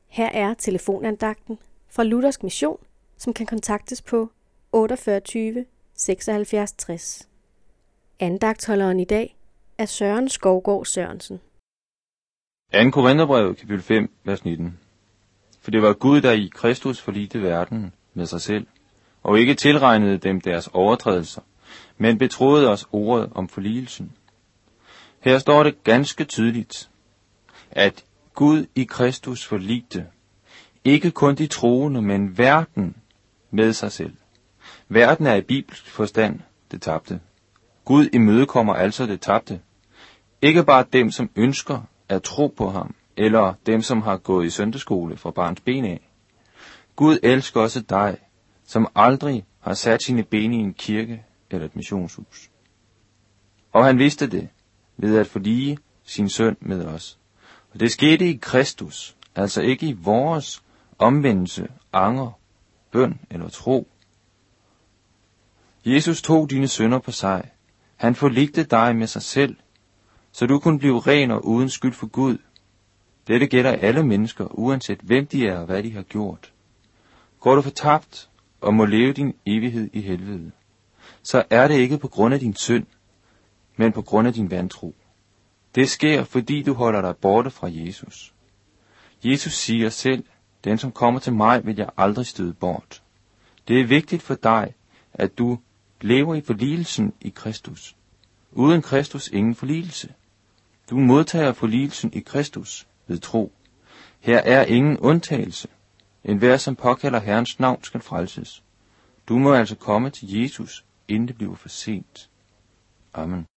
Her er telefonandagten fra Luthersk Mission, som kan kontaktes på 48 76 60. Andagtholderen i dag er Søren Skovgaard Sørensen. 2. Korintherbrev, kapitel 5, vers 19. For det var Gud, der i Kristus forligte verden med sig selv, og ikke tilregnede dem deres overtrædelser, men betroede os ordet om forligelsen. Her står det ganske tydeligt, at Gud i Kristus forligte ikke kun de troende, men verden med sig selv. Verden er i bibelsk forstand det tabte. Gud imødekommer altså det tabte. Ikke bare dem, som ønsker at tro på ham, eller dem, som har gået i søndagsskole fra barns ben af. Gud elsker også dig, som aldrig har sat sine ben i en kirke eller et missionshus. Og han vidste det ved at forlige sin søn med os. Og det skete i Kristus, altså ikke i vores omvendelse, anger, bøn eller tro. Jesus tog dine synder på sig. Han forligte dig med sig selv, så du kunne blive ren og uden skyld for Gud. Dette gælder alle mennesker, uanset hvem de er og hvad de har gjort. Går du fortabt og må leve din evighed i helvede, så er det ikke på grund af din synd, men på grund af din vantro. Det sker, fordi du holder dig borte fra Jesus. Jesus siger selv, den som kommer til mig, vil jeg aldrig støde bort. Det er vigtigt for dig, at du lever i forligelsen i Kristus. Uden Kristus ingen forligelse. Du modtager forligelsen i Kristus ved tro. Her er ingen undtagelse. Enhver, som påkalder Herrens navn, skal frelses. Du må altså komme til Jesus, inden det bliver for sent. Amen.